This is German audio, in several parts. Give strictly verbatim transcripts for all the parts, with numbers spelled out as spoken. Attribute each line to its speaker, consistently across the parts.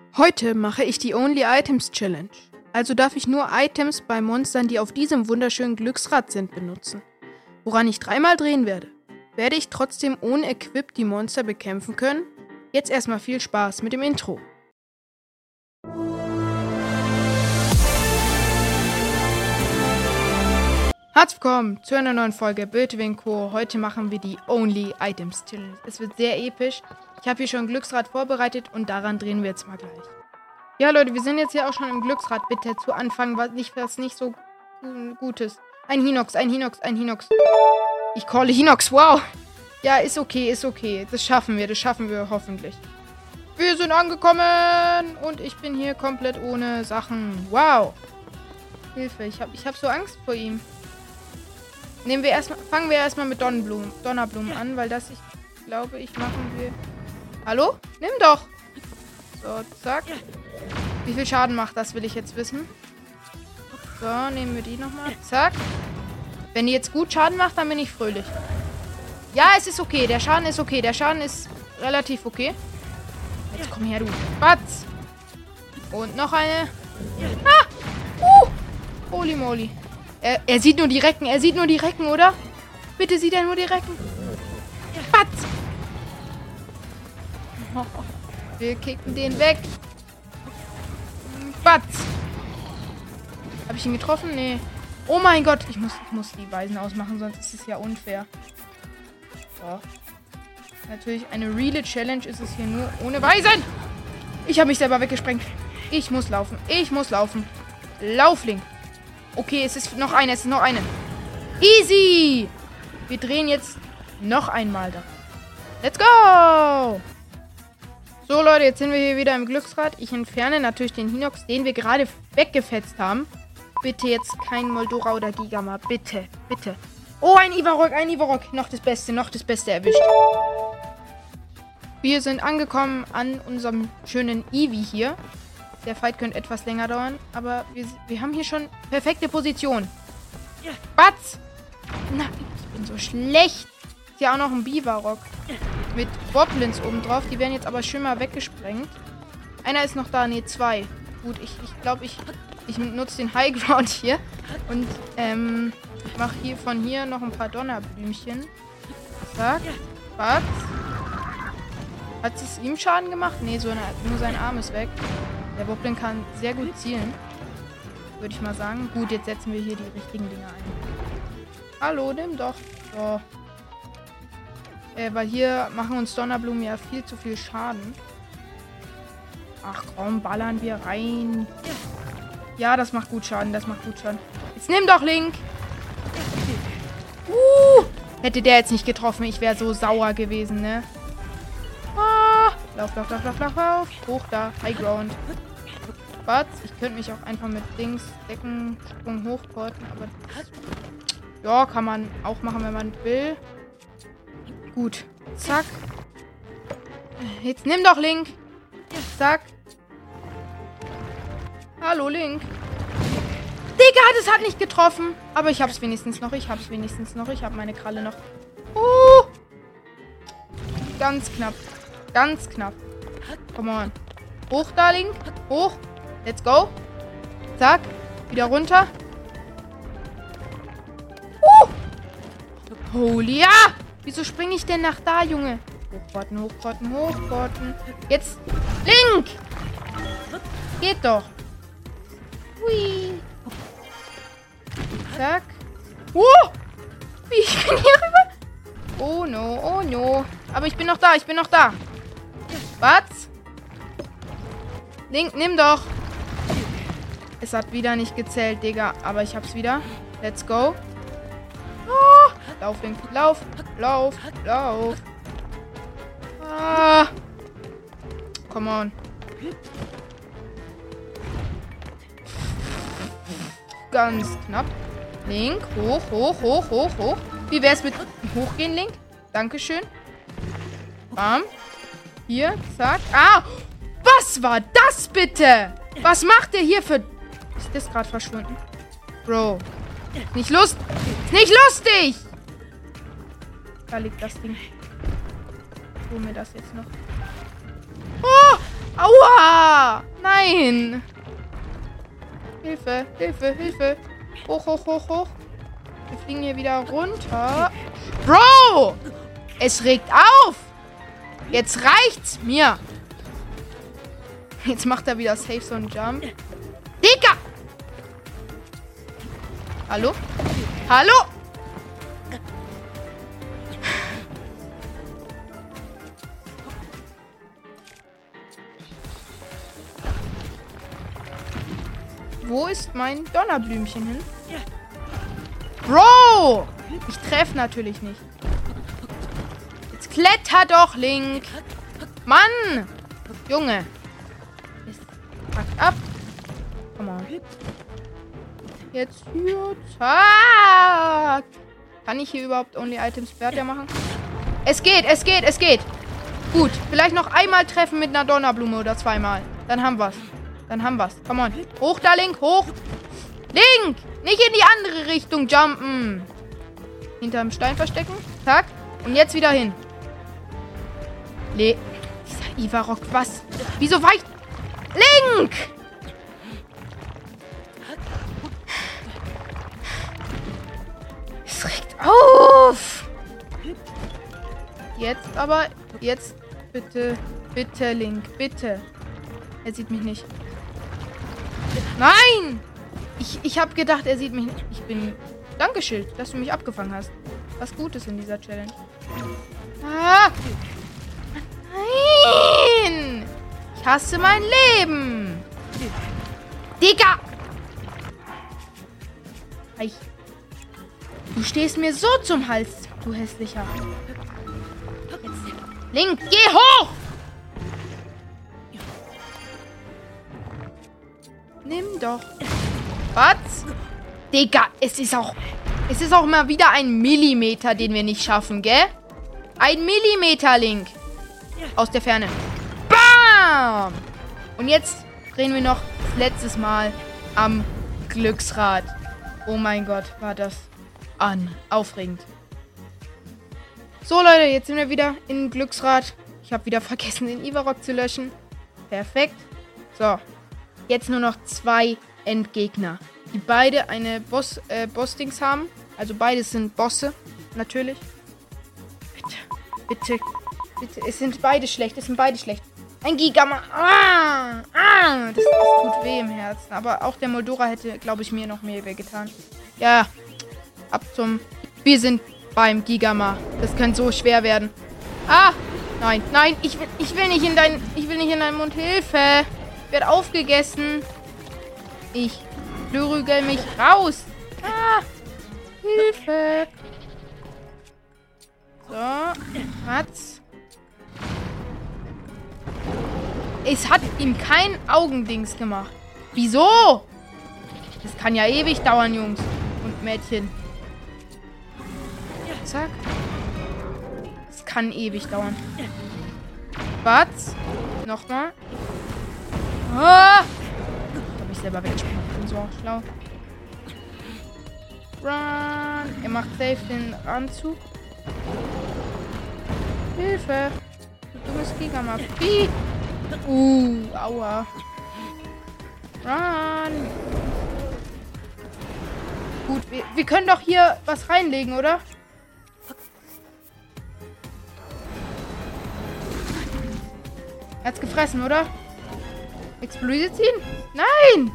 Speaker 1: Heute mache ich die Only Items Challenge. Also darf ich nur Items bei Monstern, die auf diesem wunderschönen Glücksrad sind, benutzen. Woran ich dreimal drehen werde. Werde ich trotzdem ohne Equip die Monster bekämpfen können? Jetzt erstmal viel Spaß mit dem Intro. Herzlich willkommen zu einer neuen Folge Bötewin Co. Heute machen wir die Only Items Challenge. Es wird sehr episch. Ich habe hier schon ein Glücksrad vorbereitet und daran drehen wir jetzt mal gleich. Ja Leute, wir sind jetzt hier auch schon im Glücksrad. Bitte zu Anfang was nicht, was nicht so Gutes. Ein Hinox, ein Hinox, ein Hinox. Ich calle Hinox, wow. Ja, ist okay, ist okay. Das schaffen wir, das schaffen wir hoffentlich. Wir sind angekommen und ich bin hier komplett ohne Sachen. Wow. Hilfe, ich habe ich hab so Angst vor ihm. Nehmen wir erstmal, fangen wir erstmal mit Donnerblumen, Donnerblumen an, weil das, ich glaube, ich machen will. Hallo? Nimm doch! So, zack. Wie viel Schaden macht das, will ich jetzt wissen. So, nehmen wir die nochmal. Zack. Wenn die jetzt gut Schaden macht, dann bin ich fröhlich. Ja, es ist okay. Der Schaden ist okay. Der Schaden ist relativ okay. Jetzt komm her, du Spatz. Und noch eine. Ah! Uh! Holy moly. Er, er sieht nur die Recken. Er sieht nur die Recken, oder? Bitte sieht er nur die Recken. Spatz! Oh, wir kicken den weg. Spatz! Habe ich ihn getroffen? Nee. Oh mein Gott. Ich muss, ich muss die Weisen ausmachen, sonst ist es ja unfair. So. Natürlich eine reale Challenge ist es hier nur ohne Weisen. Ich habe mich selber weggesprengt. Ich muss laufen. Ich muss laufen. Laufling. Okay, es ist noch eine. Es ist noch eine. Easy. Wir drehen jetzt noch einmal da. Let's go. So, Leute, jetzt sind wir hier wieder im Glücksrad. Ich entferne natürlich den Hinox, den wir gerade weggefetzt haben. Bitte jetzt kein Moldora oder Gigama. Bitte, bitte. Oh, ein Ivarok, ein Ivarok. Noch das Beste, noch das Beste erwischt. Wir sind angekommen an unserem schönen Eevee hier. Der Fight könnte etwas länger dauern, aber wir, wir haben hier schon perfekte Position. Batz! Na, ich bin so schlecht. Ist ja auch noch ein Bivarok. Mit Boblins oben drauf. Die werden jetzt aber schön mal weggesprengt. Einer ist noch da. Ne, zwei. Gut, ich ich, glaube, ich, ich nutze den High Ground hier. Und ähm, ich mache hier von hier noch ein paar Donnerblümchen. Zack. Batz. Hat es ihm Schaden gemacht? Ne, so eine, nur sein Arm ist weg. Der Boblin kann sehr gut zielen. Würde ich mal sagen. Gut, jetzt setzen wir hier die richtigen Dinge ein. Hallo, nimm doch. So. Äh, weil hier machen uns Donnerblumen ja viel zu viel Schaden. Ach komm, ballern wir rein. Ja, das macht gut Schaden, das macht gut Schaden. Jetzt nimm doch Link. Uh, hätte der jetzt nicht getroffen, ich wäre so sauer gewesen, ne? Ah, lauf, lauf, lauf, lauf, lauf, lauf. Hoch da, High Ground. Batz, ich könnte mich auch einfach mit Dings, Deckensprung hochporten, aber ja, kann man auch machen, wenn man will. Gut. Zack. Jetzt nimm doch Link. Zack. Hallo, Link. Digga, das hat nicht getroffen. Aber ich hab's wenigstens noch. Ich hab's wenigstens noch. Ich hab meine Kralle noch. Uh. Ganz knapp. Ganz knapp. Come on. Hoch da, Link. Hoch. Let's go. Zack. Wieder runter. Uh. Holy, ja. Wieso springe ich denn nach da, Junge? Hochbotten, hochbotten, hochbotten. Jetzt. Link! Geht doch. Hui. Zack. Oh! Wie, ich bin hier rüber? Oh no, oh no. Aber ich bin noch da, ich bin noch da. Was? Link, nimm doch. Es hat wieder nicht gezählt, Digga. Aber ich hab's wieder. Let's go. Oh. Lauf, Link. Lauf. Lauf. Lauf. Ah. Come on. Ganz knapp. Link. Hoch, hoch, hoch, hoch, hoch. Wie wär's mit hochgehen, Link? Dankeschön. Bam. Hier. Zack. Ah. Was war das bitte? Was macht der hier für... Ist das gerade verschwunden? Bro. Nicht lust. Nicht lustig. Da liegt das Ding. Ich hole mir das jetzt noch. Oh! Aua! Ah! Nein! Hilfe, Hilfe, Hilfe. Hoch, hoch, hoch, hoch. Wir fliegen hier wieder runter. Bro! Es regt auf! Jetzt reicht's mir! Jetzt macht er wieder safe so einen Jump. Digga! Hallo? Hallo? Wo ist mein Donnerblümchen hin? Bro! Ich treffe natürlich nicht. Jetzt kletter doch, Link. Mann! Junge. Jetzt packt ab. Come on. Jetzt hier. Zack. Kann ich hier überhaupt Only Items fertig machen? Es geht, es geht, es geht. Gut. Vielleicht noch einmal treffen mit einer Donnerblume oder zweimal. Dann haben wir's. Dann haben wir's. Come on. Hoch da, Link. Hoch. Link! Nicht in die andere Richtung jumpen. Hinterm Stein verstecken. Zack. Und jetzt wieder hin. Le... Dieser Ivarok, was? Wieso weicht... Link! Es regt auf. Jetzt aber... Jetzt bitte... Bitte, Link. Bitte. Er sieht mich nicht. Nein! Ich, ich habe gedacht, er sieht mich nicht. Ich bin... Dankeschön, dass du mich abgefangen hast. Was Gutes in dieser Challenge. Ah! Nein! Ich hasse mein Leben! Digga! Ich, du stehst mir so zum Hals, du hässlicher. Jetzt. Link, geh hoch! Nimm doch. Was? Digga, es ist auch... Es ist auch mal wieder ein Millimeter, den wir nicht schaffen, gell? Ein Millimeter, Link. Aus der Ferne. Bam! Und jetzt drehen wir noch das letzte Mal am Glücksrad. Oh mein Gott, war das an. Aufregend. So, Leute, jetzt sind wir wieder im Glücksrad. Ich habe wieder vergessen, den Ivarok zu löschen. Perfekt. So. Jetzt nur noch zwei Endgegner, die beide eine Boss, äh, Boss-Dings haben. Also beides sind Bosse, natürlich. Bitte, bitte, bitte. Es sind beide schlecht, es sind beide schlecht. Ein Gigama. Ah, ah, das, das tut weh im Herzen. Aber auch der Moldora hätte, glaube ich, mir noch mehr wehgetan. Ja, ab zum... Wir sind beim Gigama. Das könnte so schwer werden. Ah, nein, nein, ich will, ich will nicht in deinen... Ich will nicht in deinen Mund. Hilfe. Ich werde aufgegessen. Ich prügel mich raus. Ah, Hilfe. So, Ratz. Es hat ihm kein Augendings gemacht. Wieso? Das kann ja ewig dauern, Jungs und Mädchen. Zack. Das kann ewig dauern. Was? Nochmal. Ah! Ich hab mich selber weggesprungen. Ich bin so schlau. Run! Er macht safe den Anzug. Hilfe! Du dummes Gigama. Wie? Uh, aua. Run! Gut, wir, wir können doch hier was reinlegen, oder? Er hat's gefressen, oder? Explodiert ihn? Nein!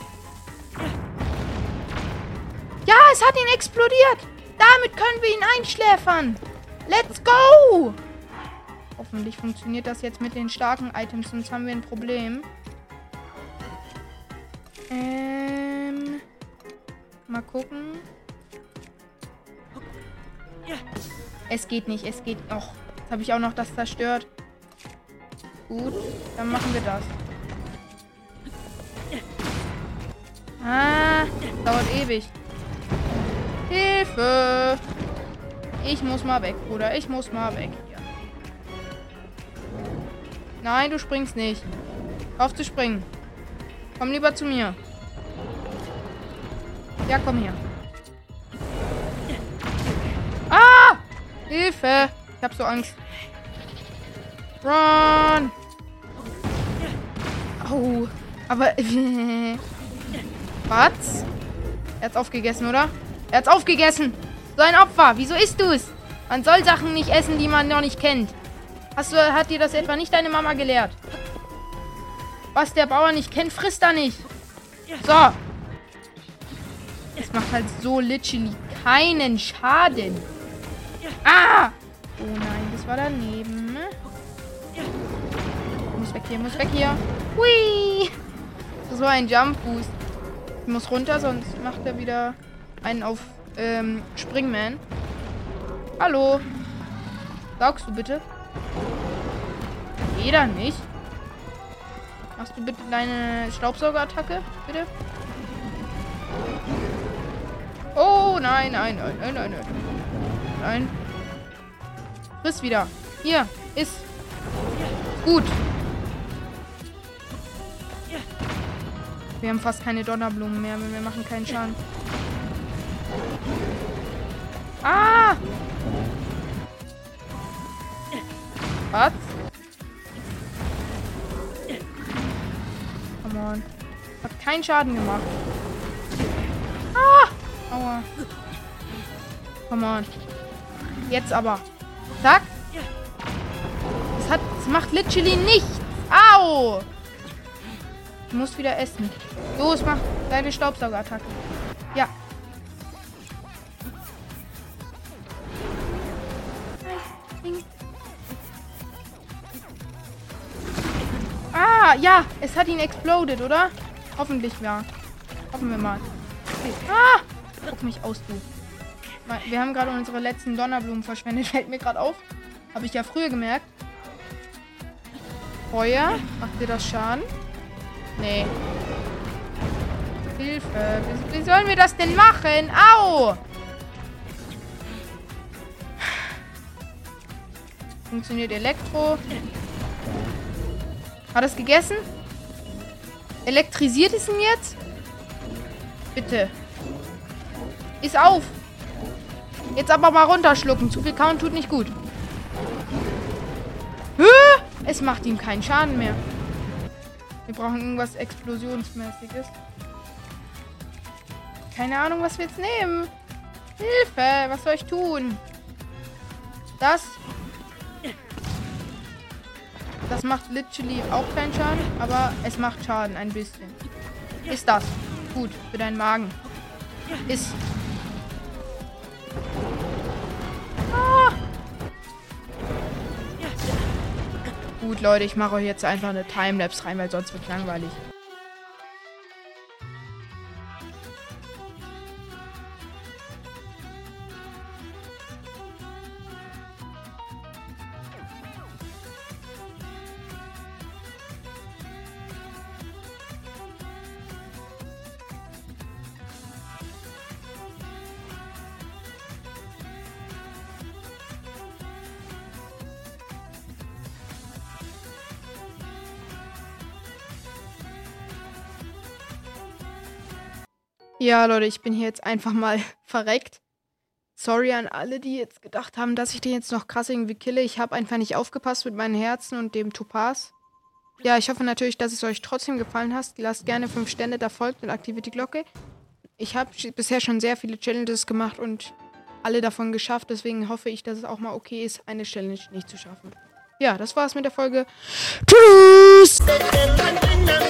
Speaker 1: Ja, es hat ihn explodiert! Damit können wir ihn einschläfern! Let's go! Hoffentlich funktioniert das jetzt mit den starken Items, sonst haben wir ein Problem. Ähm... Mal gucken. Es geht nicht, es geht noch. Jetzt habe ich auch noch das zerstört. Gut, dann machen wir das. Ah, dauert ewig. Hilfe! Ich muss mal weg, Bruder. Ich muss mal weg. Ja. Nein, du springst nicht. Hör auf zu springen. Komm lieber zu mir. Ja, komm her. Ah! Hilfe! Ich hab so Angst. Run! Oh, aber... Was? Er hat's aufgegessen, oder? Er hat's aufgegessen. So ein Opfer. Wieso isst du es? Man soll Sachen nicht essen, die man noch nicht kennt. Hast du, hat dir das etwa nicht deine Mama gelehrt? Was der Bauer nicht kennt, frisst er nicht. So. Es macht halt so literally keinen Schaden. Ah! Oh nein, das war daneben. Muss weg hier, muss weg hier. Hui! So ein Jump-Boost. Ich muss runter, sonst macht er wieder einen auf ähm, Springman. Hallo. Saugst du bitte? Jeder nicht. Machst du bitte deine Staubsaugerattacke? Bitte? Oh, nein, nein, nein, nein, nein, nein. Nein. Friss wieder. Hier, iss. Gut. Wir haben fast keine Donnerblumen mehr, wir machen keinen Schaden. Ah! Was? Come on. Hat keinen Schaden gemacht. Ah! Aua. Come on. Jetzt aber. Zack. Es hat, es macht literally nichts. Au! Du musst wieder essen. Los, mach deine Staubsaugerattacke. Ja. Ah, ja. Es hat ihn exploded, oder? Hoffentlich, ja. Hoffen wir mal. Okay. Ah! Guck mich aus, du. Wir haben gerade unsere letzten Donnerblumen verschwendet. Fällt mir gerade auf. Habe ich ja früher gemerkt. Feuer. Macht dir das Schaden? Nee. Hilfe. Wie, wie sollen wir das denn machen? Au! Funktioniert Elektro. Hat es gegessen? Elektrisiert es ihn jetzt? Bitte. Ist auf. Jetzt aber mal runterschlucken. Zu viel kauen tut nicht gut. Hä? Es macht ihm keinen Schaden mehr. Wir brauchen irgendwas Explosionsmäßiges. Keine Ahnung, was wir jetzt nehmen. Hilfe, was soll ich tun? Das. Das macht literally auch keinen Schaden, aber es macht Schaden ein bisschen. Ist das. Gut, für deinen Magen. Ist. Ah. Gut, Leute, ich mache euch jetzt einfach eine Timelapse rein, weil sonst wird es langweilig. Ja, Leute, ich bin hier jetzt einfach mal verreckt. Sorry an alle, die jetzt gedacht haben, dass ich den jetzt noch krass irgendwie kille. Ich habe einfach nicht aufgepasst mit meinen Herzen und dem Topaz. Ja, ich hoffe natürlich, dass es euch trotzdem gefallen hat. Lasst gerne fünf Sterne da, folgt und aktiviert die Glocke. Ich habe bisher schon sehr viele Challenges gemacht und alle davon geschafft. Deswegen hoffe ich, dass es auch mal okay ist, eine Challenge nicht zu schaffen. Ja, das war's mit der Folge. Tschüss!